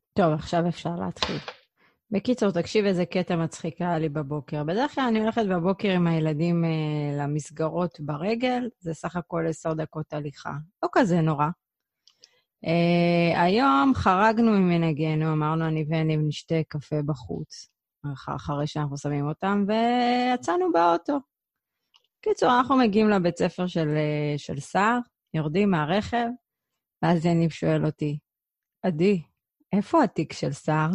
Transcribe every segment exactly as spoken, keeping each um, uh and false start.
טוב, עכשיו אפשר להתחיל. בקיצור, תקשיב איזה קטע מצחיק היה לי בבוקר. בדרך כלל אני הולכת בבוקר עם הילדים אה, למסגרות ברגל, זה סך הכל עשר דקות הליכה. לא כזה נורא. אה, היום חרגנו ממנהגנו, אמרנו אני וניב נשתה קפה בחוץ, אחר, אחרי שאנחנו שמים אותם, ויצאנו באוטו. בקיצור, אנחנו מגיעים לבית ספר של, אה, של סער, יורדים מהרכב, ואז יניב שואל אותי, עדי, איפה התיק של סער?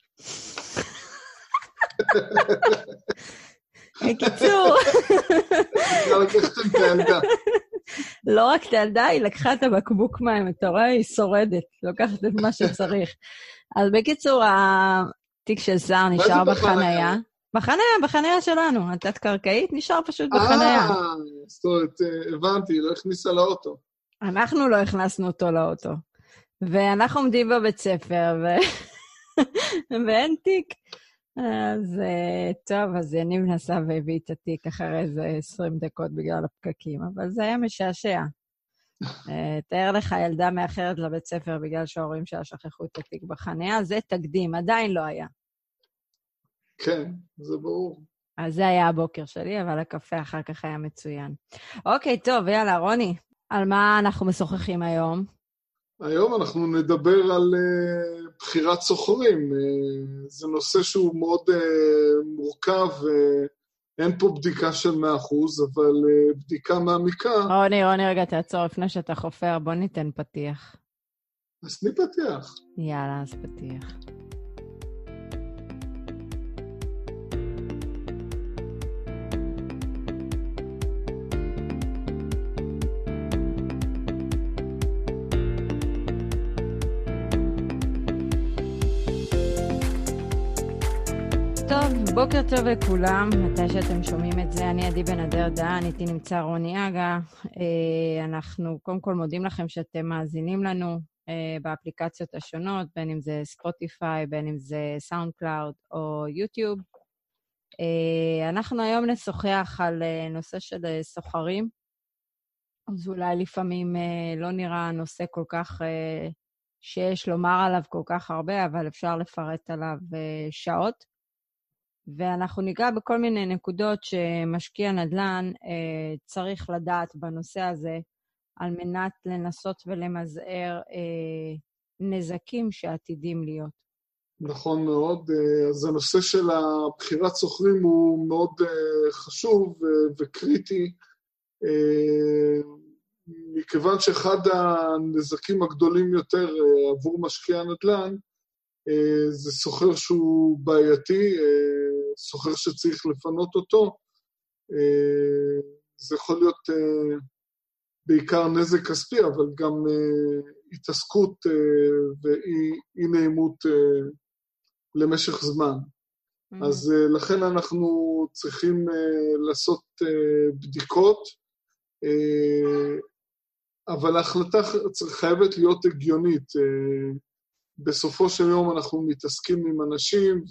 בקיצור, לקחתם את הילדה. לא רק את הילדה, היא לקחה את הבקבוק מים, אתה רואה, היא שורדת, לוקחת את מה שצריך. אז בקיצור, התיק של סער נשאר בחניה. בחניה, בחניה שלנו, התת קרקעית נשאר פשוט בחניה. אה, זאת אומרת, הבנתי, לא הכניסה לאוטו. אנחנו לא הכנסנו אותו לאוטו. ואנחנו עומדים בבית ספר, ו... ואין תיק. אז טוב, אז יניב נסע והביא את התיק אחרי איזה עשרים דקות בגלל הפקקים, אבל זה היה משעשע. תאר לך ילדה מאחרת לבית ספר בגלל שההורים שלה שכחו את התיק בחניה, זה תקדים, עדיין לא היה. כן, זה ברור. אז זה היה הבוקר שלי, אבל הקפה אחר כך היה מצוין. אוקיי, טוב, יאללה, רוני, על מה אנחנו משוחחים היום? היום אנחנו נדבר על uh, בחירת סוחרים. Uh, זה נושא שהוא מאוד uh, מורכב, ואין uh, פה בדיקה של מאה אחוז, אבל uh, בדיקה מעמיקה. רוני, רוני, רגע, תעצור לפני שאתה חופר, בוא ניתן פתיח. אז תני פתיח. יאללה, אז פתיח. טוב, בוקר טוב לכולם, מתי שאתם שומעים את זה, אני עדי בן אדר דהן, איתי נמצא רוני אגה. אנחנו קודם כל מודים לכם שאתם מאזינים לנו באפליקציות השונות, בין אם זה ספוטיפיי, בין אם זה סאונד קלאוד או יוטיוב. אנחנו היום נשוחח על נושא של סוחרים, אז אולי לפעמים לא נראה נושא כל כך שיש לומר עליו כל כך הרבה, אבל אפשר לפרט עליו שעות. ואנחנו ניגע בכל מיני נקודות שמשקיע נדל"ן אה, צריך לדעת בנושא הזה, על מנת לנסות ולמזער אה, נזקים שעתידים להיות. נכון מאוד. אז הנושא של הבחירת סוחרים הוא מאוד חשוב וקריטי, מכיוון שאחד הנזקים הגדולים יותר עבור משקיע נדל"ן, זה סוחר שהוא בעייתי, סוחר שצריך לפנות אותו. זה יכול להיות בעיקר נזק כספי, אבל גם התעסקות ואי נעימות למשך זמן. Mm-hmm. אז לכן אנחנו צריכים לעשות בדיקות, אבל ההחלטה חייבת להיות הגיונית. בסופו של יום אנחנו מתעסקים עם אנשים,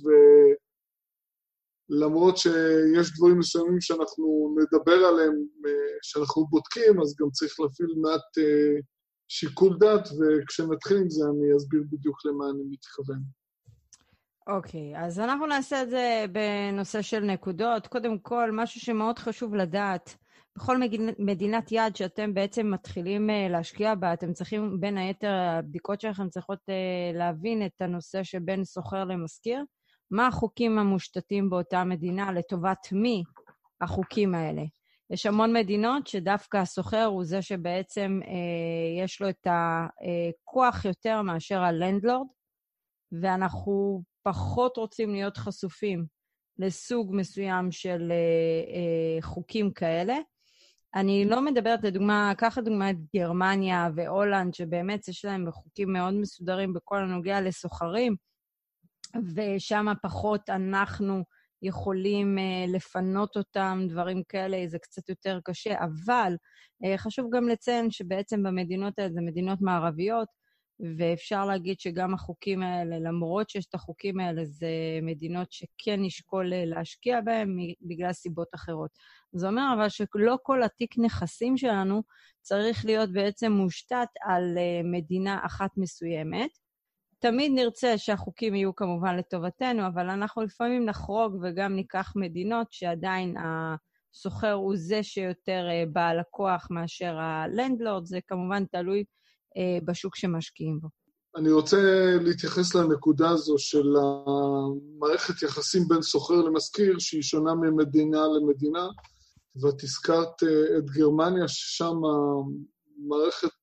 ולמרות שיש דברים מסוימים שאנחנו נדבר עליהם, שאנחנו בודקים, אז גם צריך להפעיל מעט שיקול דעת, וכשנתחיל עם זה אני אסביר בדיוק למה אני מתכוון. אוקיי, אז אנחנו נעשה את זה בנושא של נקודות. קודם כל, משהו שמאוד חשוב לדעת, בכל מדינת יעד שאתם בעצם מתחילים להשקיע בה, אתם צריכים, בין היתר, הבדיקות שלכם צריכות להבין את הנושא שבין סוחר למשכיר, מה החוקים המושתתים באותה מדינה, לטובת מי החוקים האלה. יש המון מדינות שדווקא הסוחר הוא זה שבעצם אה, יש לו את הכוח יותר מאשר הלנדלורד, ואנחנו פחות רוצים להיות חשופים לסוג מסוים של אה, אה, חוקים כאלה. אני לא מדברת, לדוגמה, ככה דוגמה את גרמניה והולנד, שבאמת יש להם חוקים מאוד מסודרים בכל הנוגע לסוחרים, ושם פחות אנחנו יכולים uh, לפנות אותם, דברים כאלה, זה קצת יותר קשה, אבל uh, חשוב גם לציין שבעצם במדינות האלה, זה מדינות מערביות, ואפשר להגיד שגם החוקים האלה, למרות שיש את החוקים האלה, זה מדינות שכן נשקול להשקיע בהם בגלל סיבות אחרות. זה אומר אבל שלא כל התיק נכסים שלנו צריך להיות בעצם מושתת על uh, מדינה אחת מסוימת, תמיד נרצה שהחוקים יהיו כמובן לטובתנו, אבל אנחנו לפעמים נחרוג וגם ניקח מדינות שעדיין הסוחר הוא זה שיותר בעל הכוח מאשר הלנדלורד, זה כמובן תלוי בשוק שמשקיעים בו. אני רוצה להתייחס לנקודה הזו של המערכת יחסים בין סוחר למשכיר, שהיא שונה ממדינה למדינה, ואת הזכרת את גרמניה, ששם המערכת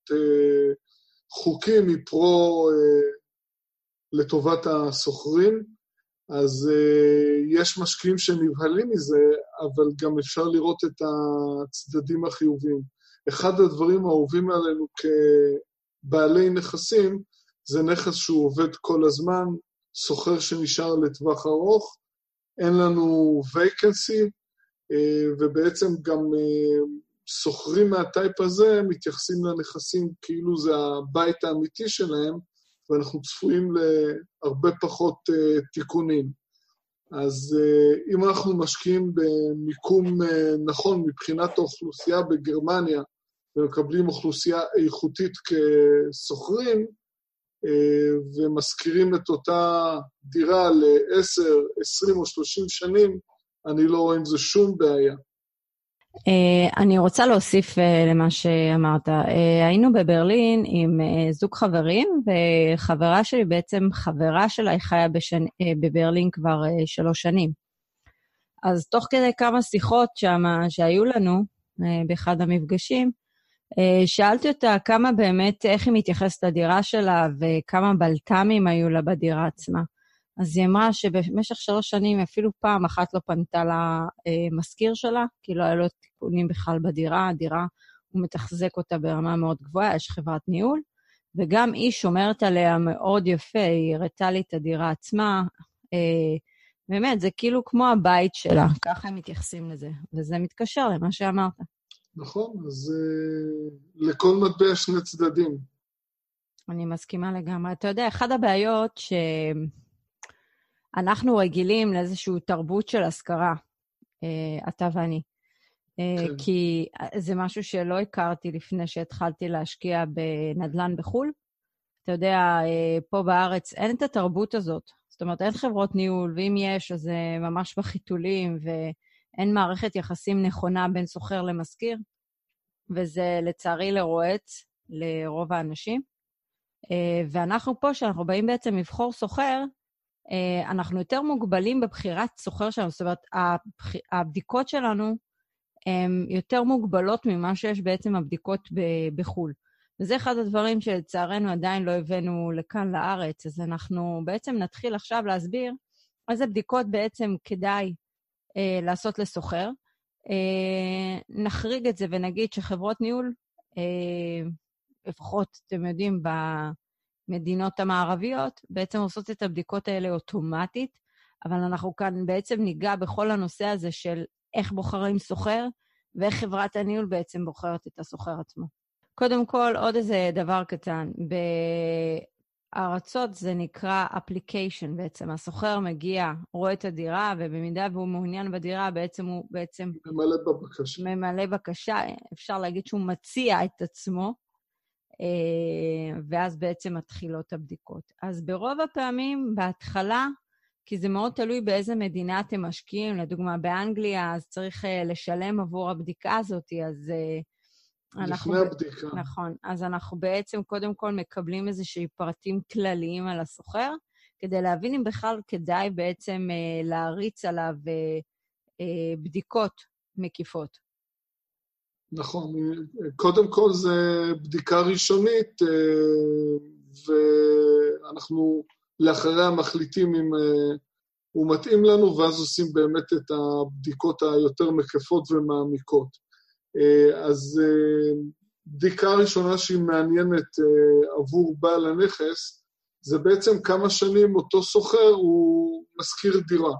חוקים היא פרו לטובת הסוחרים, אז יש משקיעים שנבהלים מזה, אבל גם אפשר לראות את הצדדים החיוביים. אחד הדברים האהובים עלינו כבעלי נכסים, זה נכס שהוא עובד כל הזמן, סוחר שנשאר לטווח ארוך, אין לנו vacancy, ובעצם גם סוחרים מהטייפ הזה מתייחסים לנכסים כאילו זה הבית האמיתי שלהם, ואנחנו צפויים להרבה פחות תיקונים. אז אם אנחנו משקיעים במיקום נכון מבחינת האוכלוסייה בגרמניה, ומקבלים אוכלוסייה איכותית כסוחרים, ומזכירים את אותה דירה ל-עשר, עשרים או שלושים שנים, אני לא רואה עם זה שום בעיה. אני רוצה להוסיף למה שאמרת. היינו בברלין עם זוג חברים, וחברה שלי בעצם, חברה שלה, היא חיה בשנ... בברלין כבר שלוש שנים. אז תוך כדי כמה שיחות שמה, שהיו לנו באחד המפגשים, שאלתי אותה כמה באמת, איך היא מתייחסת לדירה שלה, וכמה בלת"מים היו לה בדירה עצמה. אז היא אמרה שבמשך שלוש שנים אפילו פעם אחת לא פנתה למזכיר שלה, כי לא היה לו תיקונים בכלל בדירה, הדירה הוא מתחזק אותה ברמה מאוד גבוהה, יש חברת ניהול, וגם היא שומרת עליה מאוד יפה, היא הראתה לי את הדירה עצמה, באמת, זה כאילו כמו הבית שלה, ככה הם מתייחסים לזה, וזה מתקשר למה שאמרת. נכון, אז לכל מטבע שני צדדים. אני מסכימה לגמרי. אתה יודע, אחד הבעיות ש... אנחנו רגילים לאיזושהי תרבות של השכרה, אתה ואני. כן. כי זה משהו שלא הכרתי לפני שהתחלתי להשקיע בנדל"ן בחול. אתה יודע, פה בארץ אין את התרבות הזאת. זאת אומרת, אין חברות ניהול, ואם יש, אז זה ממש בחיתולים, ואין מערכת יחסים נכונה בין סוחר למשכיר, וזה לצערי לרועץ לרוב האנשים. ואנחנו פה, שאנחנו באים בעצם לבחור סוחר, אנחנו יותר מוגבלים בבחירת סוחר שלנו, זאת אומרת, הבדיקות שלנו הן יותר מוגבלות ממה שיש בעצם הבדיקות בחול. וזה אחד הדברים שלצערנו עדיין לא הבאנו לכאן לארץ, אז אנחנו בעצם נתחיל עכשיו להסביר איזה בדיקות בעצם כדאי אה, לעשות לסוחר. אה, נחריג את זה ונגיד שחברות ניהול, אה, לפחות אתם יודעים, במדינות המערביות, בעצם עושות את הבדיקות האלה אוטומטית, אבל אנחנו כאן בעצם ניגע בכל הנושא הזה של איך בוחרים סוחר, ואיך חברת הניהול בעצם בוחרת את הסוחר עצמו. קודם כל, עוד איזה דבר קטן. בארצות זה נקרא אפליקיישן בעצם. הסוחר מגיע, רואה את הדירה, ובמידה והוא מעוניין בדירה, בעצם הוא בעצם... ממלא בבקשה. ממלא בקשה, אפשר להגיד שהוא מציע את עצמו, ואז בעצם מתחילות הבדיקות. אז ברוב הפעמים, בהתחלה, כי זה מאוד תלוי באיזה מדינה אתם משקיעים, לדוגמה באנגליה, אז צריך לשלם עבור הבדיקה הזאת, אז... אנחנו, לפני הבדיקה. נכון, אז אנחנו בעצם קודם כל מקבלים איזושהי פרטים כלליים על הסוחר, כדי להבין אם בכלל כדאי בעצם אה, להריץ עליו אה, אה, בדיקות מקיפות. נכון, קודם כל זה בדיקה ראשונית, אה, ואנחנו לאחריה מחליטים אם אה, הוא מתאים לנו, ואז עושים באמת את הבדיקות היותר מקיפות ומעמיקות. אז בדיקה ראשונה שהיא מעניינת עבור בעל הנכס, זה בעצם כמה שנים אותו סוחר הוא מזכיר דירה.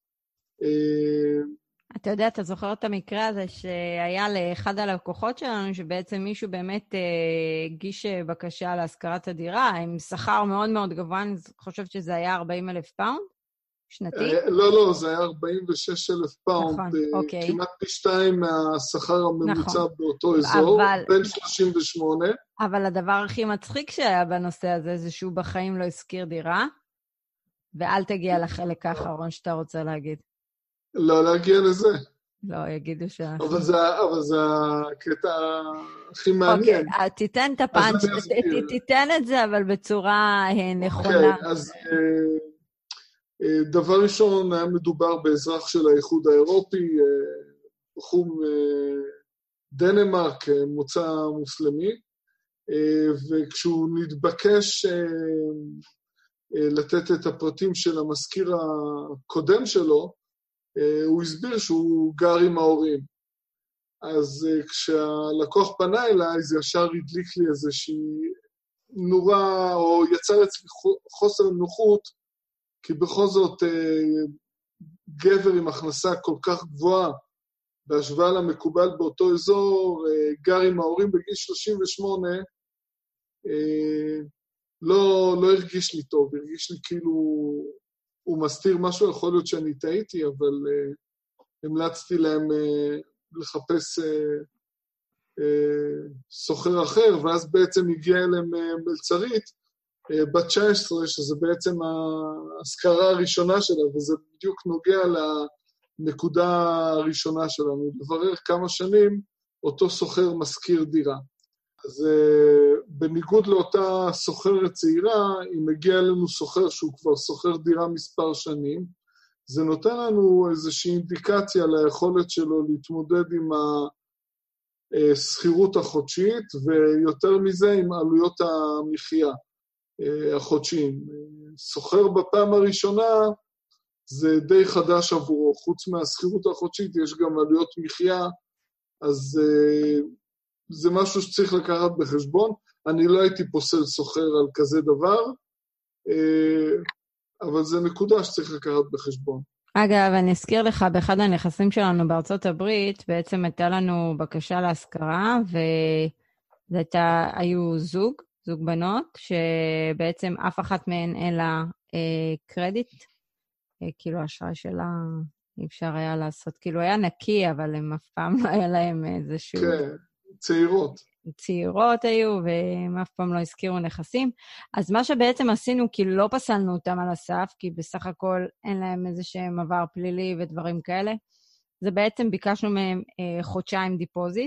אתה יודע, אתה זוכר את המקרה הזה שהיה לאחד הלקוחות שלנו, שבעצם מישהו באמת הגיש בקשה להשכרת הדירה, עם שכר מאוד מאוד גבוה, אני חושבת שזה היה ארבעים אלף פאונד, שנתי? לא, לא, זה היה ארבעים ושש אלף פאונד, נכון, אוקיי. כמעט פי שתיים מהשכר הממוצע נכון. באותו אזור, אבל, בין שלושים ושמונה. אבל הדבר הכי מצחיק שהיה בנושא הזה, זה שהוא בחיים לא הזכיר דירה, ואל תגיע לחלק האחרון שאתה רוצה להגיד. לא להגיע לזה. לא, יגידו ש... אבל זה, אבל זה הקטע הכי מעניין. אוקיי, תיתן את הפאנץ', תיתן את זה, אבל בצורה נכונה. אוקיי, אז דבר ראשון, היה מדובר באזרח של האיחוד האירופי, בחור דנמרק, מוצא מוסלמי, וכשהוא נתבקש לתת את הפרטים של המזכיר הקודם שלו, הוא הסביר שהוא גר עם ההורים. אז כשהלקוח פנה אליי, זה ישר הדליק לי איזושהי נורה, או יצר אצלי חוסר נוחות, כי בכל זאת גבר עם הכנסה כל כך גבוהה, בהשוואה למקובל באותו אזור, גר עם ההורים בגיל שלושים ושמונה, לא, לא הרגיש לי טוב, הרגיש לי כאילו הוא מסתיר משהו, יכול להיות שאני טעיתי, אבל uh, המלצתי להם uh, לחפש uh, uh, סוחר אחר, ואז בעצם הגיע אליהם uh, מלצרית, uh, בת תשע עשרה, שזה בעצם ההשכרה הראשונה שלה, וזה בדיוק נוגע לנקודה הראשונה שלנו, לברר כמה שנים אותו סוחר מזכיר דירה. אז uh, בניגוד לאותה סוחרת צעירה, אם מגיע לנו סוחר שהוא כבר סוחר דירה מספר שנים, זה נותן לנו איזושהי אינדיקציה ליכולת שלו להתמודד עם הסחירות החודשית, ויותר מזה עם עלויות המחיה uh, החודשיים. סוחר בפעם הראשונה זה די חדש עבורו, חוץ מהסחירות החודשית יש גם עלויות מחיה, אז... Uh, זה משהו שצריך לקחת בחשבון. אני לא הייתי פוסל סוחר על כזה דבר, אבל זה נקודה שצריך לקחת בחשבון. אגב, אני אזכיר לך, באחד הנכסים שלנו בארצות הברית, בעצם הייתה לנו בקשה להשכרה, וזה הייתה, היו זוג, זוג בנות, שבעצם אף אחת מהן אין לה אה, קרדיט, אה, כאילו האשראי שלה אי אפשר היה לעשות, כאילו היה נקי, אבל הם אף פעם לא היה להם איזשהו... כן. צעירות. צעירות היו, והם אף פעם לא הזכירו נכסים. אז מה שבעצם עשינו, כי לא פסלנו אותם על הסף, כי בסך הכל אין להם איזה שהם עבר פלילי ודברים כאלה, זה בעצם ביקשנו מהם אה, חודשיים דיפוזיט,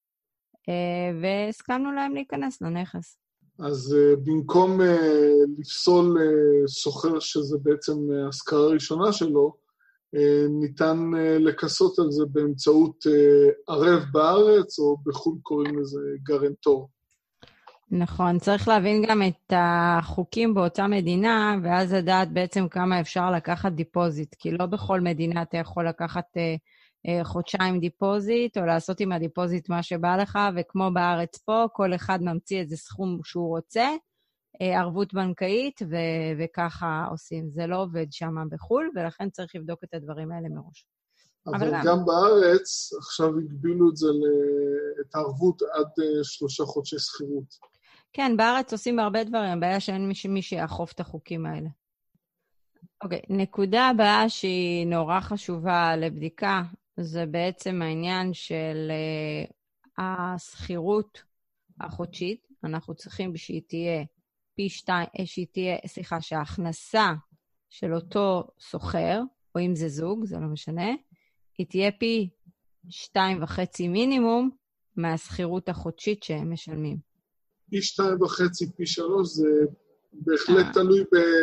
אה, והסכמנו להם להיכנס לנכס. אז אה, במקום אה, לפסול אה, סוחר שזה בעצם ההשכרה הראשונה שלו, ניתן לקסות על זה באמצעות ערב בארץ, או בחו"ל קוראים לזה גרנטור. נכון, צריך להבין גם את החוקים באותה מדינה, ואז לדעת בעצם כמה אפשר לקחת דיפוזיט, כי לא בכל מדינה אתה יכול לקחת חודשיים דיפוזיט, או לעשות עם הדיפוזיט מה שבא לך, וכמו בארץ פה, כל אחד ממציא איזה סכום שהוא רוצה, ערבות בנקאית, ו- וככה עושים. זה לא עובד שם בחול, ולכן צריך לבדוק את הדברים האלה מראש. אבל, אבל גם... גם בארץ, עכשיו הגבילו את זה, את הערבות עד שלושה חודשי שכירות. כן, בארץ עושים הרבה דברים, הבעיה שאין מי, מי שיאכוף את החוקים האלה. אוקיי, נקודה הבאה שהיא נורא חשובה לבדיקה, זה בעצם העניין של uh, השכירות החודשית. אנחנו צריכים שהיא תהיה פי שתיים, שהיא תהיה, סליחה, שההכנסה של אותו סוחר, או אם זה זוג, זה לא משנה, היא תהיה פי שתיים וחצי מינימום מהשכירות החודשית שהם משלמים. פי שתיים וחצי, פי שלוש, זה בהחלט תלוי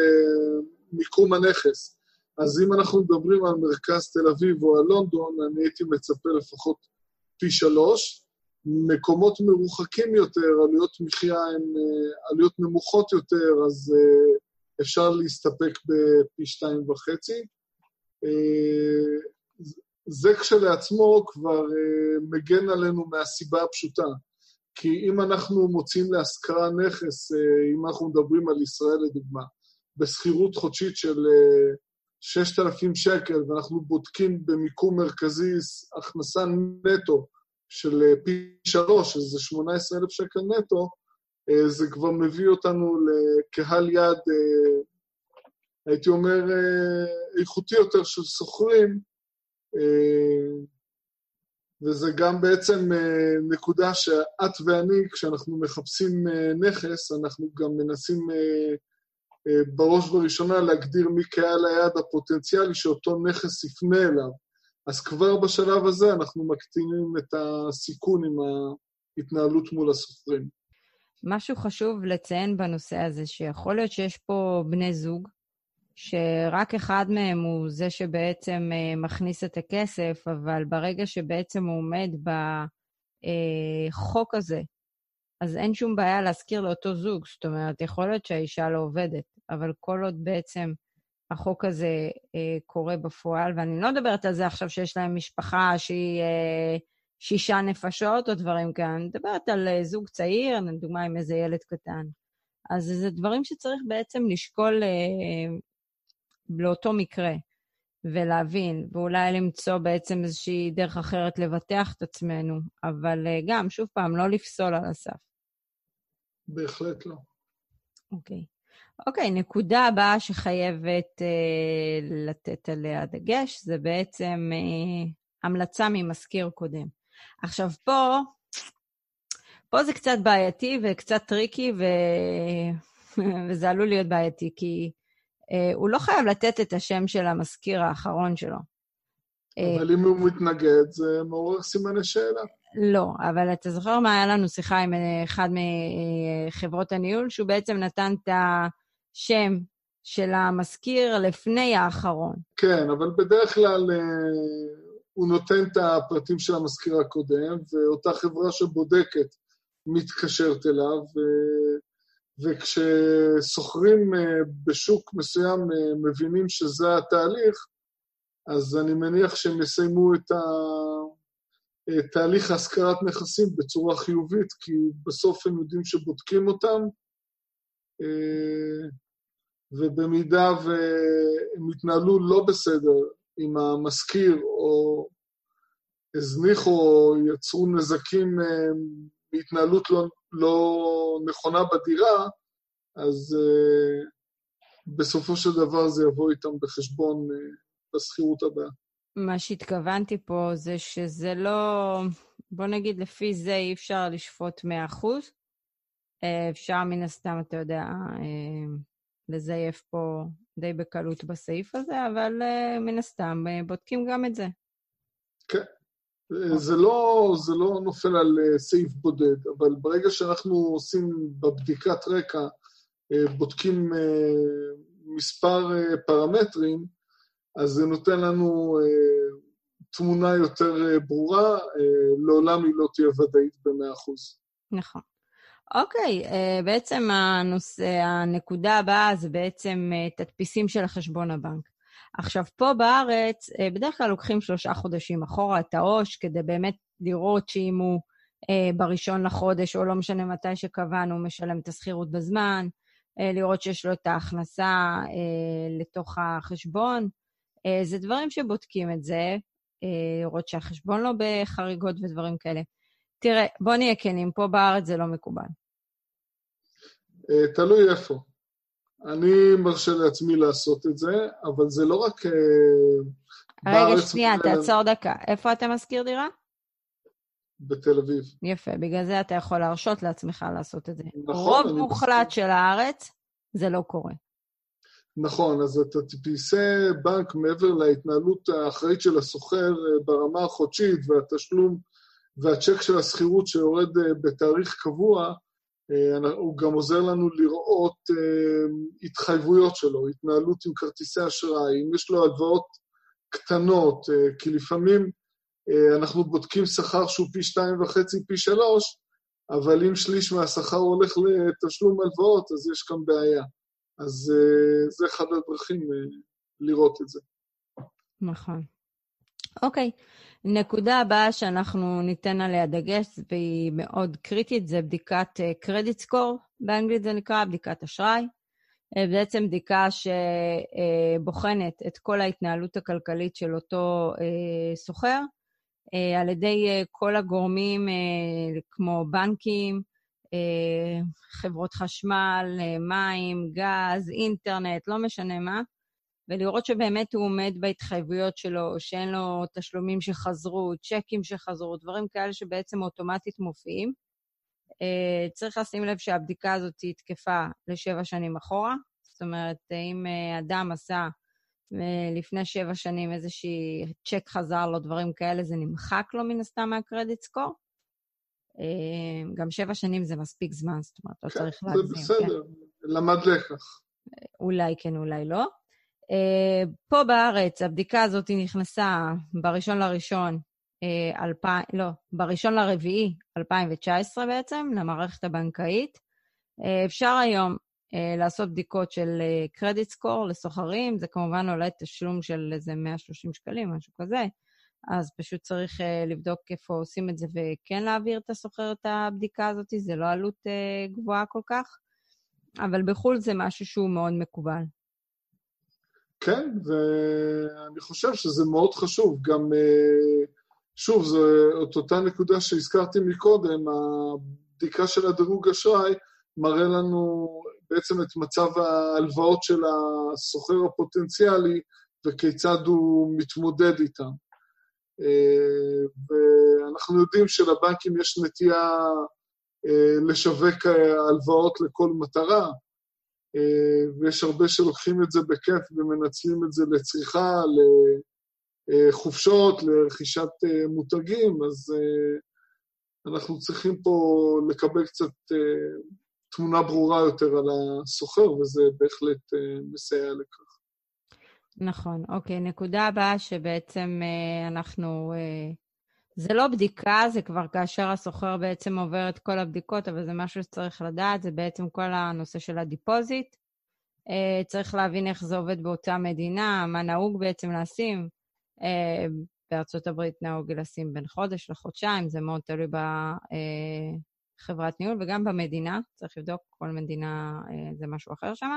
במיקום הנכס. אז אם אנחנו מדברים על מרכז תל אביב או על לונדון, אני הייתי מצפה לפחות פי שלוש, מקומות מרוחקים יותר, עלויות מחיה הן עלויות נמוכות יותר, אז אפשר להסתפק בפי שתיים וחצי. זה כשלעצמו כבר מגן עלינו מהסיבה הפשוטה, כי אם אנחנו מוצאים להשכרה נכס, אם אנחנו מדברים על ישראל לדוגמה, בסחירות חודשית של שישת אלפים שקל, ואנחנו בודקים במיקום מרכזי הכנסה נטו, של פי שלוש, שזה שמונה עשרה אלף שקל נטו, זה כבר מביא אותנו לקהל יד הייתי אומר, איכותי יותר של סוחרים, וזה גם בעצם נקודה שאת ואני, כשאנחנו מחפשים נכס, אנחנו גם מנסים בראש ובראשונה להגדיר מי קהל היעד הפוטנציאלי שאותו נכס יפנה אליו. אז כבר בשלב הזה אנחנו מקטינים את הסיכון עם ההתנהלות מול הסוחרים. משהו חשוב לציין בנושא הזה, שיכול להיות שיש פה בני זוג, שרק אחד מהם הוא זה שבעצם מכניס את הכסף, אבל ברגע שבעצם הוא עומד בחוק הזה, אז אין שום בעיה להזכיר לאותו זוג. זאת אומרת, יכול להיות שהאישה לא עובדת, אבל כל עוד בעצם החוק הזה קורה בפועל, ואני לא מדברת על זה עכשיו שיש להם משפחה שהיא שישה נפשות או דברים כאן, אני מדברת על זוג צעיר, לדוגמה עם איזה ילד קטן. אז זה דברים שצריך בעצם לשקול לאותו מקרה, ולהבין, ואולי למצוא בעצם איזושהי דרך אחרת לבטח את עצמנו, אבל גם, שוב פעם, לא לפסול על הסף. בהחלט לא. אוקיי. אוקיי, נקודה הבאה שחייבת אה, לתת עליה דגש, זה בעצם אה, המלצה ממזכיר קודם. עכשיו פה, פה זה קצת בעייתי וקצת טריקי, ו... וזה עלול להיות בעייתי, כי אה, הוא לא חייב לתת את השם של המזכיר האחרון שלו. אבל אם הוא מתנגד, זה מעורר סימני שאלה. לא, אבל אתה זוכר מה היה לנו שיחה עם אחד מחברות הניהול, שהוא בעצם נתן את השם של המזכיר לפני האחרון. כן, אבל בדרך כלל הוא נותן את הפרטים של המזכיר הקודם, ואותה חברה שבודקת מתקשרת אליו, וכשסוחרים בשוק מסוים מבינים שזה התהליך, אז אני מניח שהם יסיימו את תהליך השכרת נכסים בצורה חיובית, כי בסוף הם יודעים שבודקים אותם, ובמידה והם התנהלו לא בסדר עם המזכיר, או הזניחו או יצרו נזקים בהתנהלות לא, לא נכונה בדירה, אז בסופו של דבר זה יבוא איתם בחשבון בסחירות הבאה. מה שהתכוונתי פה זה שזה לא, בוא נגיד לפי זה אי אפשר לשפוט מאה אחוז, אפשר מן הסתם, אתה יודע, לזייף פה די בקלות בסעיף הזה, אבל מן הסתם בודקים גם את זה. כן, זה לא, זה לא נופל על סעיף בודד, אבל ברגע שאנחנו עושים בבדיקת רקע, בודקים מספר פרמטרים, אז זה נותן לנו אה, תמונה יותר אה, ברורה, אה, לעולם היא לא תהיה ודאית ב-מאה אחוז. נכון. אוקיי, אה, בעצם הנושא, הנקודה הבאה זה בעצם אה, תדפיסים של החשבון הבנק. עכשיו, פה בארץ, אה, בדרך כלל לוקחים שלושה חודשים אחורה את העו"ש, כדי באמת לראות שאם הוא אה, בראשון לחודש, או לא משנה מתי שקבענו, הוא משלם את השכירות בזמן, אה, לראות שיש לו את ההכנסה אה, לתוך החשבון, זה דברים שבודקים את זה, לראות שהחשבון לא בחריגות ודברים כאלה. תראה, בוא נהיה כנים, פה בארץ זה לא מקובל. תלוי איפה. אני מרשה לעצמי לעשות את זה, אבל זה לא רק בארץ... רגע, שנייה, תעצור דקה. איפה אתה מזכיר דירה? בתל אביב. יפה, בגלל זה אתה יכול להרשות לעצמך לעשות את זה. נכון. רוב מוחלט של הארץ, זה לא קורה. נכון, אז אתה תפיסי בנק מעבר להתנהלות האחראית של הסוחר ברמה החודשית, והתשלום והצ'ק של הסחירות שיורד בתאריך קבוע, הוא גם עוזר לנו לראות התחייבויות שלו, התנהלות עם כרטיסי אשראי, אם יש לו הלוואות קטנות, כי לפעמים אנחנו בודקים שכר שהוא פי שתיים וחצי, פי שלוש, אבל אם שליש מהשכר הולך לתשלום הלוואות, אז יש כאן בעיה. אז uh, זה אחד הדרכים uh, לראות את זה. נכון. אוקיי, נקודה הבאה שאנחנו ניתן עליה דגש, והיא מאוד קריטית, זה בדיקת קרדיט uh, סקור, באנגלית זה נקרא, בדיקת אשראי. Uh, בעצם בדיקה שבוחנת uh, את כל ההתנהלות הכלכלית של אותו uh, סוחר, uh, על ידי uh, כל הגורמים uh, כמו בנקים, חברות חשמל, מים, גז, אינטרנט, לא משנה מה, ולראות שבאמת הוא עומד בהתחייבויות שלו, שאין לו תשלומים שחזרו, צ'קים שחזרו, דברים כאלה שבעצם אוטומטית מופיעים. צריך לשים לב שהבדיקה הזאת היא תקפה לשבע שנים אחורה, זאת אומרת, אם אדם עשה לפני שבע שנים איזושהי צ'ק חזר לו, דברים כאלה, זה נמחק לו מן הסתם מהקרדיט סקור. גם שבע שנים זה מספיק זמן, זאת אומרת, לא צריך להגזים. זה בסדר, למד לקח. אולי כן, אולי לא. פה בארץ, הבדיקה הזאת נכנסה בראשון לראשון, לא, בראשון לרביעי אלפיים תשע עשרה בעצם, למערכת הבנקאית. אפשר היום לעשות בדיקות של קרדיט סקור לסוחרים, זה כמובן עולה תשלום של איזה מאה ושלושים שקלים, משהו כזה, אז פשוט צריך לבדוק איפה עושים את זה, וכן להעביר את הסוחר את הבדיקה הזאת, זה לא עלות גבוהה כל כך, אבל בחול זה משהו שהוא מאוד מקובל. כן, ואני חושב שזה מאוד חשוב, גם שוב, זו אותה נקודה שהזכרתי מקודם, הבדיקה של הדירוג אשראי מראה לנו בעצם את מצב ההלוואות של הסוחר הפוטנציאלי, וכיצד הוא מתמודד איתם. ואנחנו יודעים שלבנקים יש נטייה לשווק הלוואות לכל מטרה, ויש הרבה שלוקחים את זה בכיף ומנצלים את זה לצריכה, לחופשות, לרכישת מותגים, אז אנחנו צריכים פה לקבל קצת תמונה ברורה יותר על הסוחר, וזה בהחלט מסייע לכך. נכון, אוקיי. נקודה הבאה שבעצם אנחנו, זה לא בדיקה, זה כבר כאשר הסוחר בעצם עובר את כל הבדיקות, אבל זה משהו שצריך לדעת, זה בעצם כל הנושא של הדיפוזיט. צריך להבין איך זה עובד באותה מדינה, מה נהוג בעצם לשים. בארצות הברית נהוג לשים בין חודש לחודשיים, זה מאוד תלוי בחברת ניהול, וגם במדינה, צריך לבדוק, כל מדינה זה משהו אחר שם.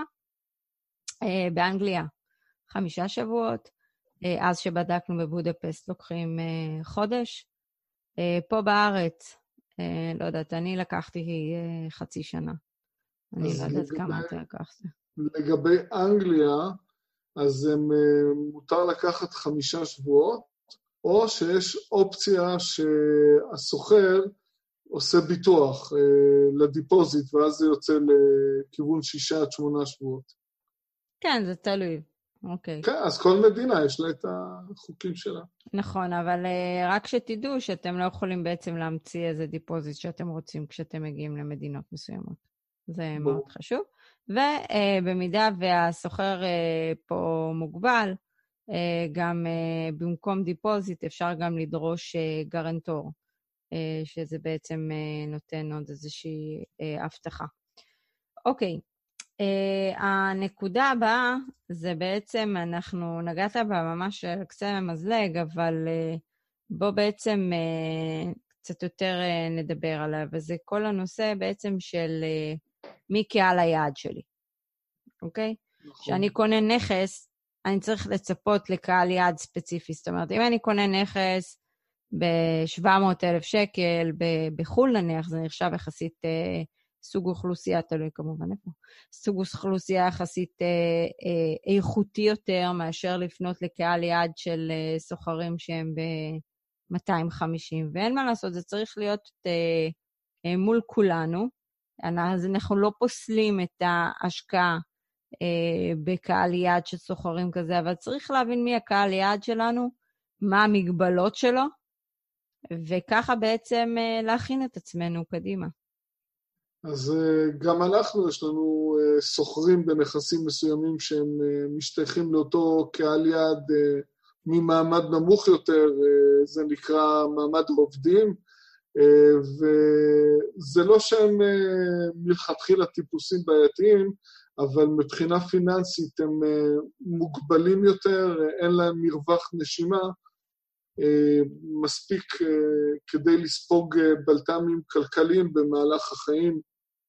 באנגליה, חמישה שבועות, אז שבדקנו בבודפסט לוקחים חודש. פה בארץ, לא יודעת, אני לקחתי חצי שנה. אני לא יודעת כמה אתה לקחת. לגבי אנגליה, אז מותר לקחת חמישה שבועות, או שיש אופציה שהסוחר עושה ביטוח לדיפוזיט, ואז זה יוצא לכיוון שישה עד שמונה שבועות. כן, זה תלוי. אוקיי. כן, אז כל מדינה יש לה את החוקים שלה. נכון, אבל uh, רק שתדעו שאתם לא יכולים בעצם להמציא איזה דיפוזיט שאתם רוצים כשאתם מגיעים למדינות מסוימות. זה בוא. מאוד חשוב. ובמידה uh, והסוחר uh, פה מוגבל, uh, גם uh, במקום דיפוזיט אפשר גם לדרוש uh, גרנטור, uh, שזה בעצם uh, נותן עוד איזושהי uh, הבטחה. אוקיי. Uh, הנקודה הבאה זה בעצם, אנחנו נגעת בה ממש על קצה המזלג, אבל uh, בוא בעצם uh, קצת יותר uh, נדבר עליו, וזה כל הנושא בעצם של uh, מי קהל היעד שלי, אוקיי? נכון. כשאני קונה נכס, אני צריך לצפות לקהל יעד ספציפי, זאת אומרת, אם אני קונה נכס ב-שבע מאות אלף שקל, בחול נניח, זה נחשב יחסית uh, סוג אוכלוסייה, תלוי כמובן איפה, סוג אוכלוסייה יחסית אה, אה, איכותי יותר, מאשר לפנות לקהל יעד של אה, סוחרים שהם ב-מאתיים וחמישים, ואין מה לעשות, זה צריך להיות אה, אה, מול כולנו, אז אנחנו לא פוסלים את ההשקעה אה, בקהל יעד של סוחרים כזה, אבל צריך להבין מי הקהל יעד שלנו, מה המגבלות שלו, וככה בעצם אה, להכין את עצמנו קדימה. אז גם אנחנו, יש לנו סוחרים בנכסים מסוימים שהם משתייכים לאותו קהל יעד ממעמד נמוך יותר, זה נקרא מעמד עובדים, וזה לא שהם מלכתחילה טיפוסים בעייתיים, אבל מבחינה פיננסית הם מוגבלים יותר, אין להם מרווח נשימה, מספיק כדי לספוג בלת"מים כלכליים במהלך החיים,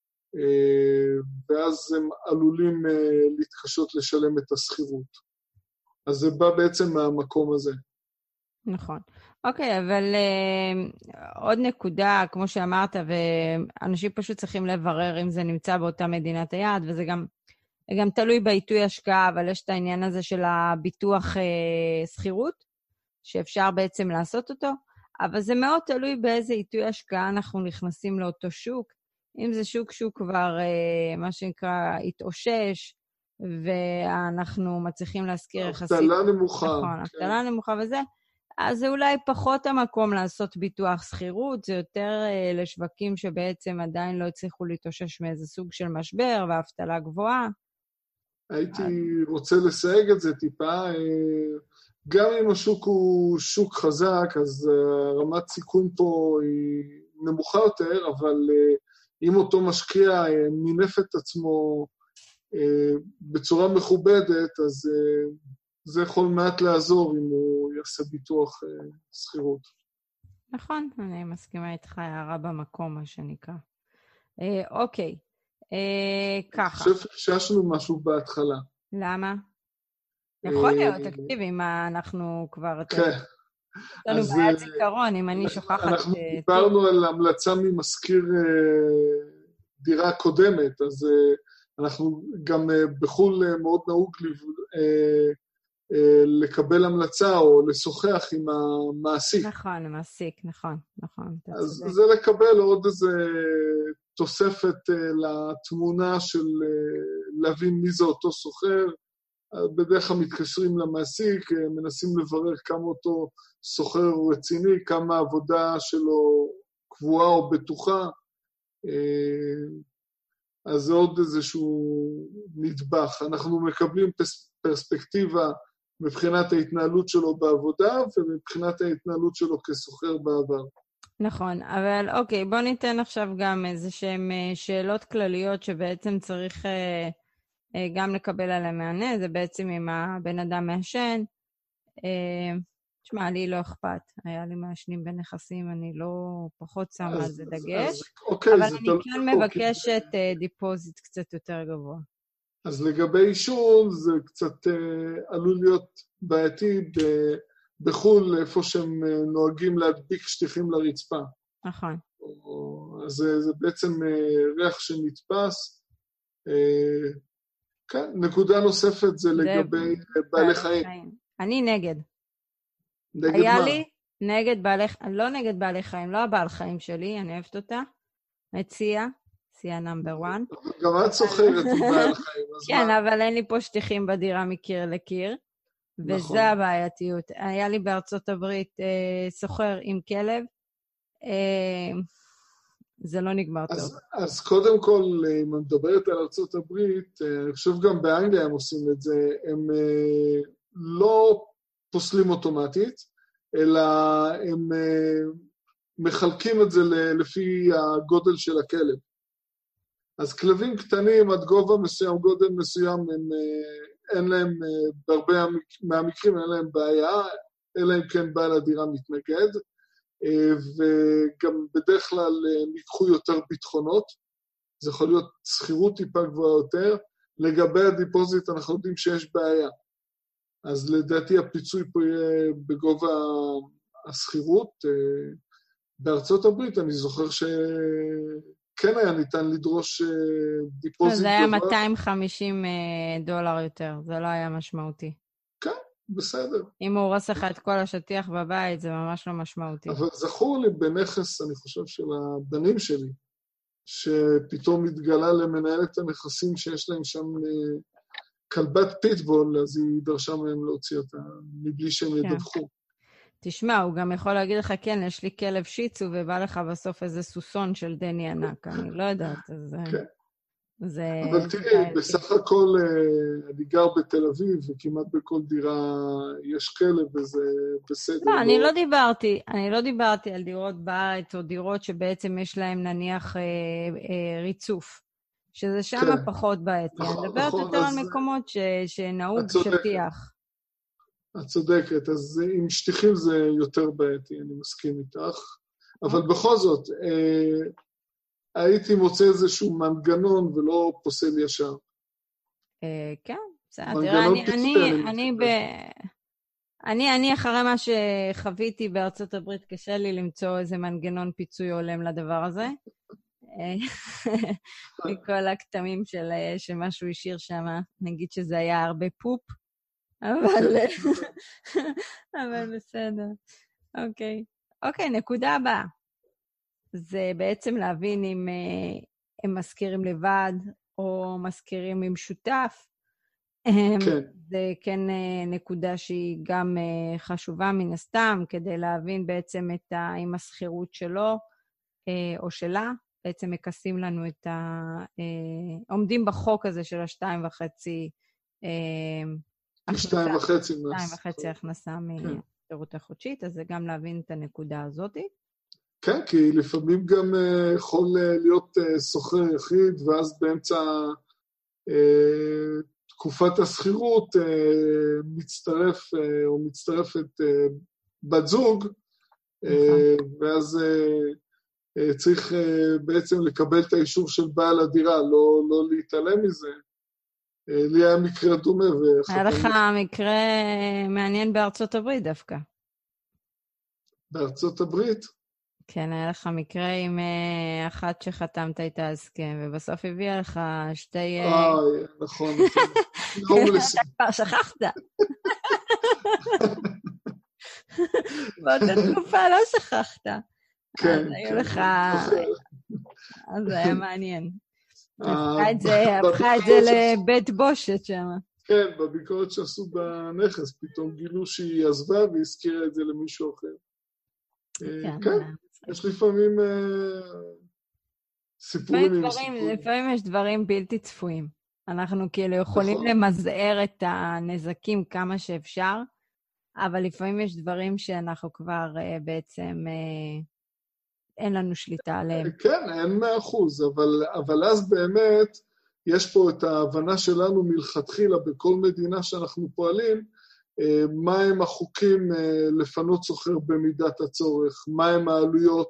ואז הם עלולים להתקשות לשלם את הסחירות. אז זה בא בעצם מהמקום הזה. נכון. אוקיי, אבל uh, עוד נקודה, כמו שאמרת, ואנשים פשוט צריכים לברר אם זה נמצא באותה מדינת היעד, וזה גם, גם תלוי בעיתוי השקעה, אבל יש את העניין הזה של הביטוח uh, שכירות, שאפשר בעצם לעשות אותו, אבל זה מאוד תלוי באיזה עיתוי השקעה אנחנו נכנסים לאותו שוק. אם זה שוק שהוא כבר, uh, מה שנקרא, התאושש, ואנחנו מצליחים להזכיר יחסית... אבטלה נמוכה. נכון, אבטלה נמוכה וזה, אז זה אולי פחות המקום לעשות ביטוח שכירות, זה יותר uh, לשווקים שבעצם עדיין לא הצליחו להתאושש מאיזה סוג של משבר, והאבטלה גבוהה. הייתי רוצה לסייג את זה טיפה, גם אם השוק הוא שוק חזק, אז רמת סיכון פה היא נמוכה יותר, אבל אם אותו משקיע מינף את עצמו בצורה מכובדת, אז זה יכול מעט לעזור אם הוא יעשה ביטוח שכירות. נכון, אני מסכימה איתך, הערה במקום, מה שנקרא. אוקיי, ככה. אני חושב שיש לנו משהו בהתחלה. למה? יכול להיות, תקשיב, אם אנחנו כבר... כן. יש לנו בעיית זיכרון, אם אני שוכחת... אנחנו דיברנו על המלצה ממזכיר דירה קודמת, אז אנחנו גם בחול מאוד נהוג לקבל המלצה או לשוחח עם המעסיק. נכון, המעסיק, נכון, נכון. אז זה לקבל עוד איזה תוספת לתמונה של להבין מי זה אותו סוחר. בדרך כלל מתקשרים למעסיק, מנסים לברר כמה אותו סוחר רציני, כמה העבודה שלו קבועה או בטוחה. אז זה עוד איזשהו נדבך. אנחנו מקבלים פרספקטיבה מבחינת ההתנהלות שלו בעבודה, ומבחינת ההתנהלות שלו כסוחר בעבר. נכון, אבל אוקיי, בוא ניתן עכשיו גם איזה שהן שאלות כלליות שבעצם צריך אה, אה, גם לקבל עליהן מענה, זה בעצם אם הבן אדם מעשן. אה, תשמע, לי לא אכפת, היה לי מעשנים בנכסים, אני לא פחות שמה על זה דגש, אז, אוקיי, אבל אני תל... כן מבקשת אוקיי. דיפוזיט קצת יותר גבוה. אז לגבי עישון, זה קצת אה, עלול להיות בעייתי ב... בחול, איפה שהם נוהגים להדביק שטיחים לרצפה. נכון. אז זה, זה בעצם ריח שנתפס. כן, נקודה נוספת זה לגבי בעלי חיים. אני נגד. נגד היה מה? לי נגד בעלי, לא נגד בעלי חיים, לא הבעל חיים שלי, אני אוהבת אותה. מציע, ציע נאמבר וואן. גם את סוחרת עם בעל חיים, אז כן, מה? אבל אין לי פה שטיחים בדירה מקיר לקיר. וזה הבעייתיות. היה לי בארצות הברית אה, סוחר עם כלב, אה, זה לא נגמר אז, טוב. אז קודם כל, אם אני מדברת על ארצות הברית, אני חושב גם באנגליה הם עושים את זה, הם אה, לא פוסלים אוטומטית, אלא הם אה, מחלקים את זה לפי הגודל של הכלב. אז כלבים קטנים עד גובה מסוים, גודל מסוים, הם... אה, אין להם, בהרבה מהמקרים אין להם בעיה, אלא אם כן בעל הדירה מתנגד, וגם בדרך כלל הם ייקחו יותר ביטחונות, זה יכול להיות שכירות טיפה גבוהה יותר, לגבי הדיפוזיט אנחנו יודעים שיש בעיה, אז לדעתי הפיצוי פה יהיה בגובה השכירות, בארצות הברית אני זוכר ש... כן היה ניתן לדרוש דיפוזיט. זה היה מאתיים וחמישים דולר יותר, זה לא היה משמעותי. כן, בסדר. אם הוא הורס לך את כל השטיח בבית, זה ממש לא משמעותי. אבל זכור לי בנכס, אני חושב, של הבנים שלי, שפתאום התגלה למנהלת הנכסים שיש להם שם כלבת פיטבול, אז היא דרשה מהם להוציא אותה, מבלי שהם ידווחו. תשמע, הוא גם יכול להגיד לך, כן, יש לי כלב שיצו, ובא לך בסוף איזה סוסון של דני ענק, אני לא יודעת, אז... כן. זה... אבל תראי, בסך הכל אני גר בתל אביב, וכמעט בכל דירה יש כלב, וזה בסדר. לא, אני לא דיברתי, אני לא דיברתי על דירות בארץ, או דירות שבעצם יש להם נניח ריצוף, שזה שם פחות בעייתי. אני מדברת יותר על מקומות שנהוג שטיח. את צודקת, אז עם שטיחים זה יותר בעייתי, אני מסכים איתך, אבל בכל זאת, אה, הייתי מוצא איזשהו מנגנון ולא פוסל ישר. אה, כן, בסדר, תראה, אני, אני, אני, ב... אני, אני אחרי מה שחוויתי בארצות הברית, קשה לי למצוא איזה מנגנון פיצוי הולם לדבר הזה. מכל הכתמים של שמשהו השאיר שם, נגיד שזה היה הרבה פופ, אבל, אבל בסדר. אוקיי. אוקיי, נקודה הבאה. זה בעצם להבין אם הם מזכירים לבד, או מזכירים עם שותף. כן. זה כן נקודה שהיא גם חשובה מן הסתם, כדי להבין בעצם את עם הסחירות שלו, או שלה, בעצם מקסים לנו את ה... עומדים בחוק הזה של השתיים וחצי הכנסה. שתיים וחצי. שתיים וחצי הכנסה מהשירות החודשית, אז זה גם להבין את הנקודה הזאת. כן, כי לפעמים גם יכול להיות סוחר יחיד, ואז באמצע תקופת הסחירות מצטרף או מצטרפת בת זוג, ואז צריך בעצם לקבל את האישור של בעל הדירה, לא, לא להתעלם מזה. לי היה מקרה דומה. היה לך מקרה מעניין בארצות הברית דווקא. בארצות הברית? כן, היה לך מקרה עם אחת שחתמת איתה הסכם, ובסוף הביאה לך שתי... אה, נכון, נכון. אתה כבר שכחת. באותה תקופה לא שכחת. כן. אז היו לך... אז זה היה מעניין. הפכה את זה לבית בושת שם. כן, בביקורת שעשו בנכס, פתאום גילו שהיא עזבה והזכירה את זה למישהו אחר. כן, יש לפעמים סיפורים עם סיפורים. לפעמים יש דברים בלתי צפויים. אנחנו כאילו יכולים למזער את הנזקים כמה שאפשר, אבל לפעמים יש דברים שאנחנו כבר בעצם אין לנו שליטה עליהם. כן, אין מאה אחוז, אבל, אבל אז באמת יש פה את ההבנה שלנו מלכתחילה בכל מדינה שאנחנו פועלים, מה הם החוקים לפנות סוחר במידת הצורך, מה הם העלויות,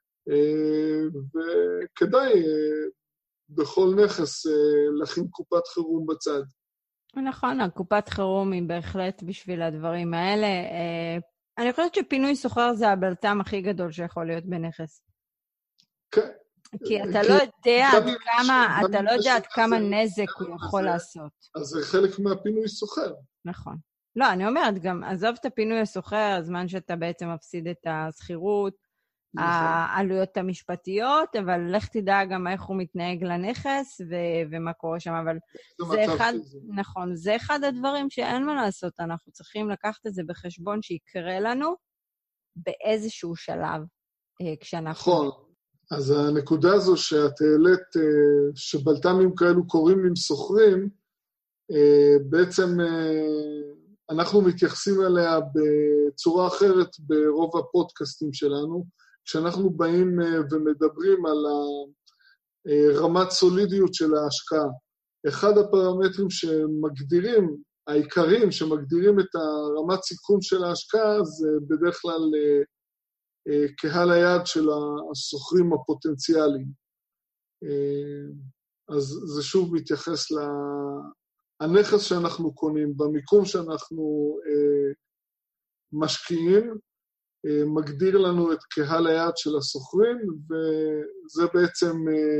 וכדאי בכל נכס להכין קופת חירום בצד. נכון, הקופת חירום היא בהחלט בשביל הדברים האלה. אני חושבת שפינוי סוחר זה הבלטם הכי גדול שיכול להיות בנכס. כן. כי אתה לא יודע עד כמה, אתה לא יודע עד כמה נזק הוא יכול לעשות. אז זה חלק מהפינוי סוחר. נכון. לא, אני אומרת גם, עזוב את הפינוי הסוחר, הזמן שאתה בעצם מפסיד את הסחירות, העלויות המשפטיות, אבל לך תדע גם איך הוא מתנהג לנכס ומה קורה שם, אבל זה אחד, נכון, זה אחד הדברים שאין מה לעשות, אנחנו צריכים לקחת את זה בחשבון שיקרה לנו באיזשהו שלב, כשאנחנו... נכון, אז הנקודה הזו שאת העלית, שבלת"מים כאלו קוראים עם סוחרים, בעצם אנחנו מתייחסים אליה בצורה אחרת ברוב הפודקאסטים שלנו, כשאנחנו באים ומדברים על רמת סולידיות של ההשקעה. אחד הפרמטרים שמגדירים, העיקריים שמגדירים את הרמת סיכון של ההשקעה, זה בדרך כלל קהל היעד של הסוחרים הפוטנציאליים. אז זה שוב מתייחס לנכס שאנחנו קונים, במיקום שאנחנו משקיעים, מגדיר לנו את קהל היעד של הסוחרים, וזה בעצם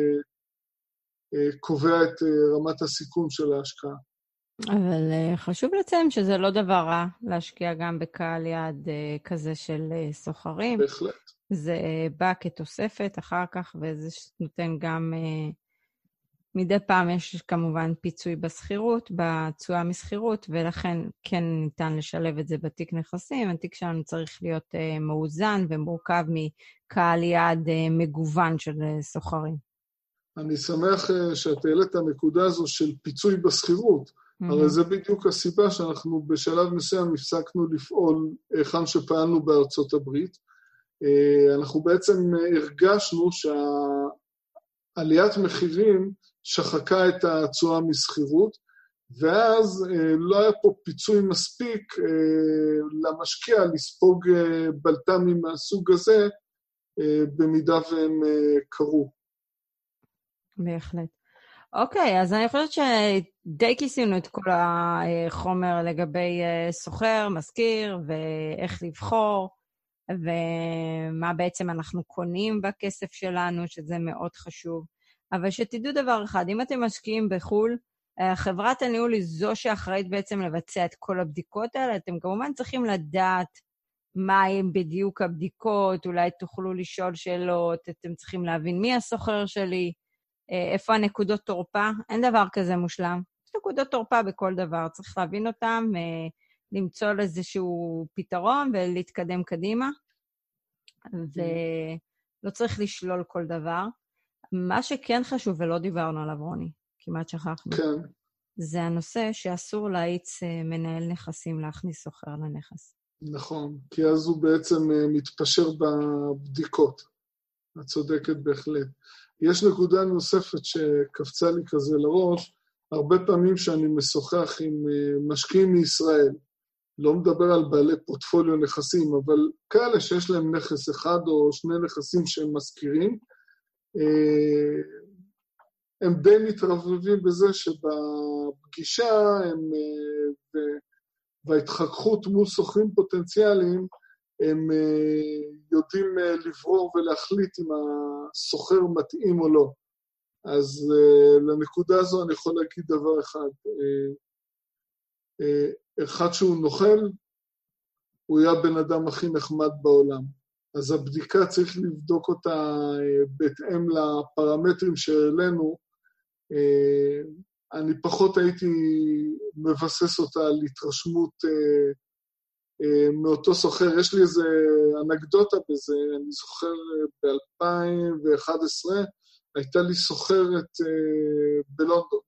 קובע את רמת הסיכון של ההשקעה. אבל חשוב לציין שזה לא דבר רע להשקיע גם בקהל יעד כזה של סוחרים. בהחלט. זה בא כתוספת אחר כך, וזה נותן גם, מדי פעם יש כמובן פיצוי בסחירות, בתשואה מסחירות, ולכן כן ניתן לשלב את זה בתיק נכסים. התיק שלנו צריך להיות מאוזן ומורכב מקהל יעד מגוון של סוחרים. אני שמח שאת העלית את הנקודה הזו של פיצוי בסחירות, הרי זה בדיוק הסיבה שאנחנו בשלב מסוים הפסקנו לפעול היכן שפעלנו בארצות הברית. אנחנו בעצם הרגשנו שהעליית מחירים שחקה את התשואה מסחירות, ואז לא היה פה פיצוי מספיק למשקיע לספוג בלת"מים מהסוג הזה, במידה והם קרו. בהחלט. אוקיי, אז אני חושבת שדי כיסינו את כל החומר לגבי סוחר, מזכיר, ואיך לבחור, ומה בעצם אנחנו קונים בכסף שלנו, שזה מאוד חשוב. אבל שתדעו דבר אחד, אם אתם משקיעים בחול, חברת הניהול היא זו שאחראית בעצם לבצע את כל הבדיקות האלה, אתם כמובן צריכים לדעת מה הם בדיוק הבדיקות, אולי תוכלו לשאול שאלות, אתם צריכים להבין מי הסוחר שלי, איפה הנקודות תורפה, אין דבר כזה מושלם. יש נקודות תורפה בכל דבר, צריך להבין אותם, למצוא איזשהו פתרון ולהתקדם קדימה, ולא צריך לשלול כל דבר. מה שכן חשוב ולא דיברנו עליו, רוני, כמעט שכחנו, כן. זה הנושא שאסור להאיץ מנהל נכסים להכניס סוחר לנכס. נכון, כי אז הוא בעצם מתפשר בבדיקות. את צודקת בהחלט. יש נקודה נוספת שקפצה לי כזה לראש, הרבה פעמים שאני משוחח עם משקיעים מישראל, לא מדבר על בעלי פורטפוליו נכסים, אבל כאלה שיש להם נכס אחד או שני נכסים שהם מזכירים, הם די מתרבבים בזה שבפגישה הם, וההתחככות מול סוחרים פוטנציאליים, הם יודעים לברור ולהחליט אם הסוחר מתאים או לא. אז לנקודה הזו אני יכול להגיד דבר אחד. אחד שהוא נוכל, הוא יהיה הבן אדם הכי נחמד בעולם. אז הבדיקה צריך לבדוק אותה בהתאם לפרמטרים שהעלינו. אני פחות הייתי מבסס אותה על התרשמות מאותו סוחר. יש לי איזו אנקדוטה בזה, אני זוכר ב-אלפיים ואחת עשרה, הייתה לי סוחרת בלונדון,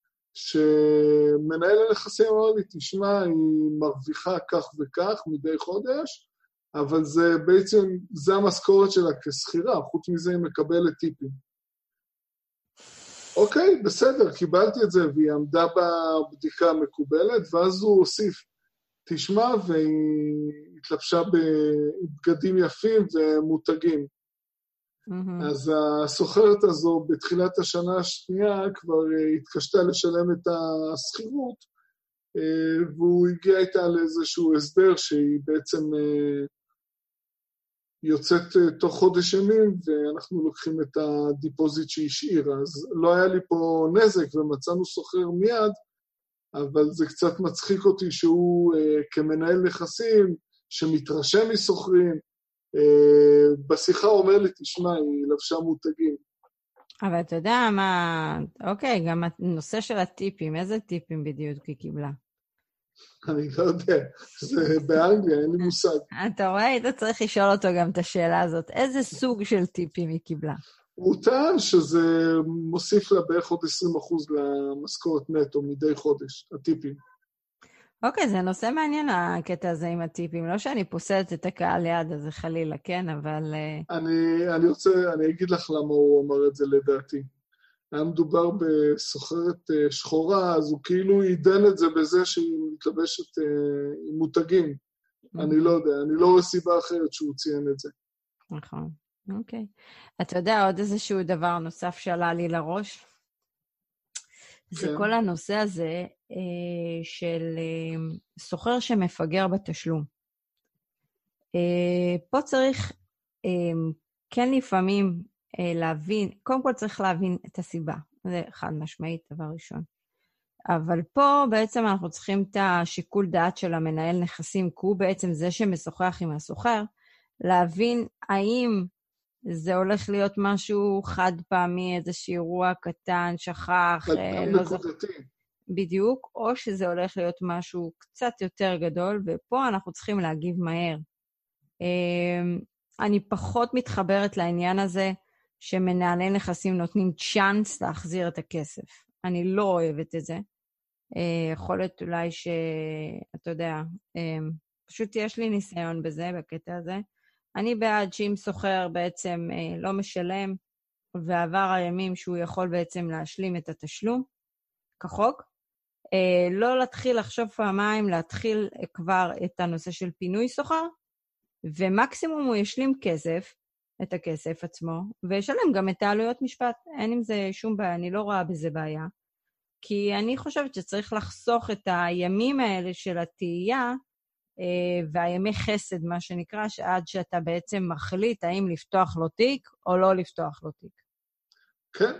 שמנהל הנכסים אמר לי, תשמע, היא מרוויחה כך וכך מדי חודש, אבל זה בעצם, זה המשכורת שלה כסחירה, חוץ מזה היא מקבלת טיפים. אוקיי, בסדר, קיבלתי את זה, והיא עמדה בבדיקה המקובלת, ואז הוא הוסיף, תשמע, והיא התלבשה בבגדים יפים ומותגים. Mm-hmm. אז הסוחרת הזו בתחילת השנה השנייה כבר התקשתה לשלם את הסחירות, והוא הגיע איתה לאיזשהו הסדר שהיא בעצם יוצאת תוך חודש ימים, ואנחנו לוקחים את הדיפוזיט שהשאירה. אז לא היה לי פה נזק ומצאנו סוחר מיד, אבל זה קצת מצחיק אותי שהוא כמנהל נכסים, שמתרשם מסוחרים, בשיחה אומר לי, תשמע, היא לבשה מותגים. אבל אתה יודע מה, אוקיי, גם הנושא של הטיפים, איזה טיפים בדיוק היא קיבלה? אני לא יודע, זה באנגליה, אין לי מושג. אתה רואה, היית צריך לשאול אותו גם את השאלה הזאת, איזה סוג של טיפים היא קיבלה? הוא טען שזה מוסיף לה בערך עוד עשרים אחוז למשכורת נטו מדי חודש, הטיפים. אוקיי, זה נושא מעניין הקטע הזה עם הטיפים, לא שאני פוסלת את הקהל ליד, אז זה חלילה, כן, אבל... אני, אני רוצה, אני אגיד לך למה הוא אמר את זה לדעתי. היה מדובר בסוחרת שחורה, אז הוא כאילו יידן את זה בזה שהיא מתלבשת עם מותגים. אני לא יודע, אני לא רואה סיבה אחרת שהוא ציין את זה. נכון, אוקיי. אתה יודע, עוד איזשהו דבר נוסף שעלה לי לראש? זה כל הנושא הזה אה, של אה, סוחר שמפגר בתשלום. אה, פה צריך אה, כן לפעמים אה, להבין, קודם כל צריך להבין את הסיבה, זה חד משמעית דבר ראשון. אבל פה בעצם אנחנו צריכים את השיקול דעת של המנהל נכסים, כי הוא בעצם זה שמשוחח עם הסוחר, להבין האם זה הולך להיות משהו חד פעמי, איזשהו אירוע קטן, שכח, לא זוכר. בדיוק, או שזה הולך להיות משהו קצת יותר גדול, ופה אנחנו צריכים להגיב מהר. אני פחות מתחברת לעניין הזה, שמנהלי נכסים נותנים צ'אנס להחזיר את הכסף. אני לא אוהבת את זה. יכול להיות אולי שאתה יודע, פשוט יש לי ניסיון בזה, בקטע הזה. אני בעד שאם סוחר בעצם אה, לא משלם, ועבר הימים שהוא יכול בעצם להשלים את התשלום, כחוק, אה, לא להתחיל לחשוב פעמיים, להתחיל כבר את הנושא של פינוי סוחר, ומקסימום הוא ישלים כסף, את הכסף עצמו, וישלם גם את העלויות משפט. אין עם זה שום בעיה, אני לא רואה בזה בעיה. כי אני חושבת שצריך לחסוך את הימים האלה של התהייה, והימי חסד, מה שנקרא, שעד שאתה בעצם מחליט האם לפתוח לו תיק או לא לפתוח לו תיק. כן,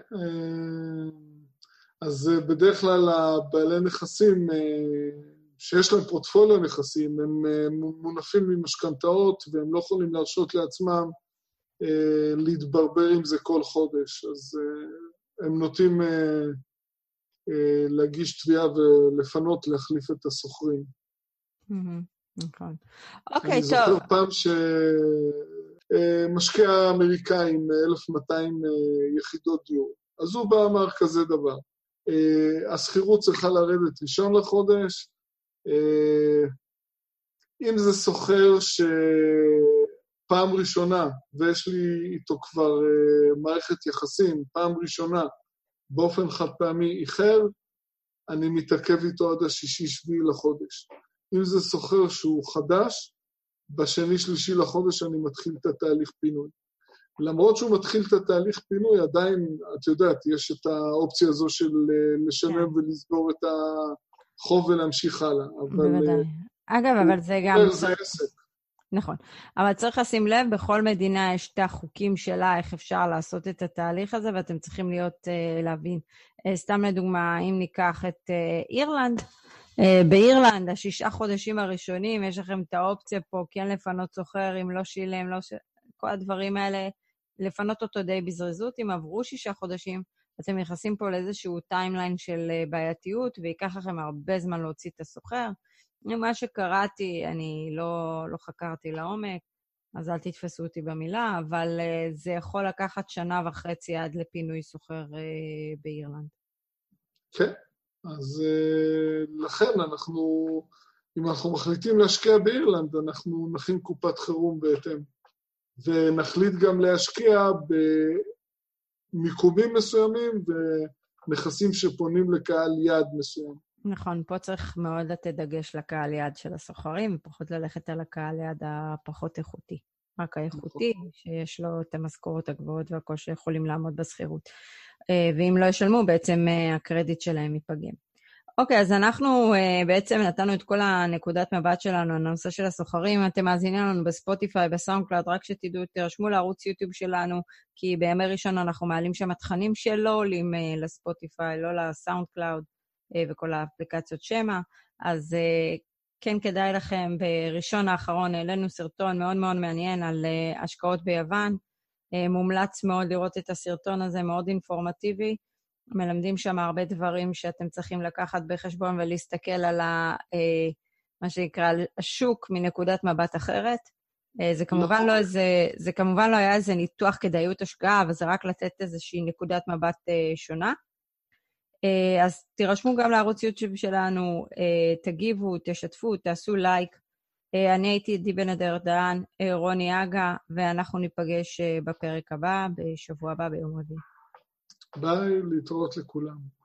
אז בדרך כלל הבעלי נכסים שיש להם פורטפוליו נכסים, הם מונפים ממשכנתאות והם לא יכולים להרשות לעצמם להתברבר עם זה כל חודש, אז הם נוטים להגיש תביעה ולפנות, להחליף את הסוחרים. נכון. אוקיי, טוב. אני זוכר פעם שמשקיע אמריקאי עם אלף ומאתיים יחידות דיור, אז הוא בא אמר כזה דבר, הסחירות צריכה לרדת ראשון לחודש, אם זה סוחר שפעם ראשונה, ויש לי איתו כבר מערכת יחסים, פעם ראשונה, באופן חד פעמי איחר, אני מתעכב איתו עד השישי שביעי לחודש. אם זה סוחר שהוא חדש, בשני שלישי לחודש אני מתחיל את התהליך פינוי. למרות שהוא מתחיל את התהליך פינוי, עדיין, את יודעת, יש את האופציה הזו של לשלם ולסגור את החוב ולהמשיך הלאה. בוודאי. אגב, אבל זה גם... זה עסק. נכון. אבל צריך לשים לב, בכל מדינה יש את החוקים שלה, איך אפשר לעשות את התהליך הזה, ואתם צריכים להיות, להבין. סתם לדוגמה, אם ניקח את אירלנד, באירלנד, השישה חודשים הראשונים, יש לכם את האופציה פה, כן לפנות סוחר, אם לא שילם, לא ש... כל הדברים האלה, לפנות אותו די בזריזות, אם עברו שישה חודשים, אתם נכנסים פה לאיזשהו טיימליין של בעייתיות, ויקח לכם הרבה זמן להוציא את הסוחר. מה שקראתי, אני לא, לא חקרתי לעומק, אז אל תתפסו אותי במילה, אבל זה יכול לקחת שנה וחצי עד לפינוי סוחר באירלנד. כן. אז לכן אנחנו, אם אנחנו מחליטים להשקיע באירלנד, אנחנו נכין קופת חירום בהתאם. ונחליט גם להשקיע במיקומים מסוימים ונכסים שפונים לקהל יעד מסוים. נכון, פה צריך מאוד לתת דגש לקהל יעד של הסוחרים, ופחות ללכת על הקהל יעד הפחות איכותי. רק האיכותי, שיש לו את המשכורות הגבוהות והכל שיכולים לעמוד בסחירות. ואם לא ישלמו, בעצם הקרדיט שלהם ייפגם. אוקיי, אז אנחנו בעצם נתנו את כל הנקודת מבט שלנו, הנושא של הסוחרים. אתם מאזינים לנו בספוטיפיי, בסאונדקלאוד, רק שתדעו, תרשמו לערוץ יוטיוב שלנו, כי בימי ראשון אנחנו מעלים שם התכנים שלא עולים לספוטיפיי, לא לסאונדקלאוד וכל האפליקציות שמה. אז כן כדאי לכם, בראשון האחרון העלינו סרטון מאוד מאוד מעניין על השקעות ביוון. מומלץ מאוד לראות את הסרטון הזה, מאוד אינפורמטיבי. מלמדים שם הרבה דברים שאתם צריכים לקחת בחשבון ולהסתכל על ה, מה שנקרא השוק מנקודת מבט אחרת. זה כמובן לא איזה, זה כמובן לא היה איזה ניתוח כדאיות השקעה, אבל זה רק לתת איזושהי נקודת מבט שונה. אז תירשמו גם לערוץ יוטיוב שלנו, תגיבו, תשתפו, תעשו לייק. אני הייתי עדי בן אדרדן, רוני אגה, ואנחנו ניפגש בפרק הבא, בשבוע הבא ביום רביעי. ביי, להתראות לכולם.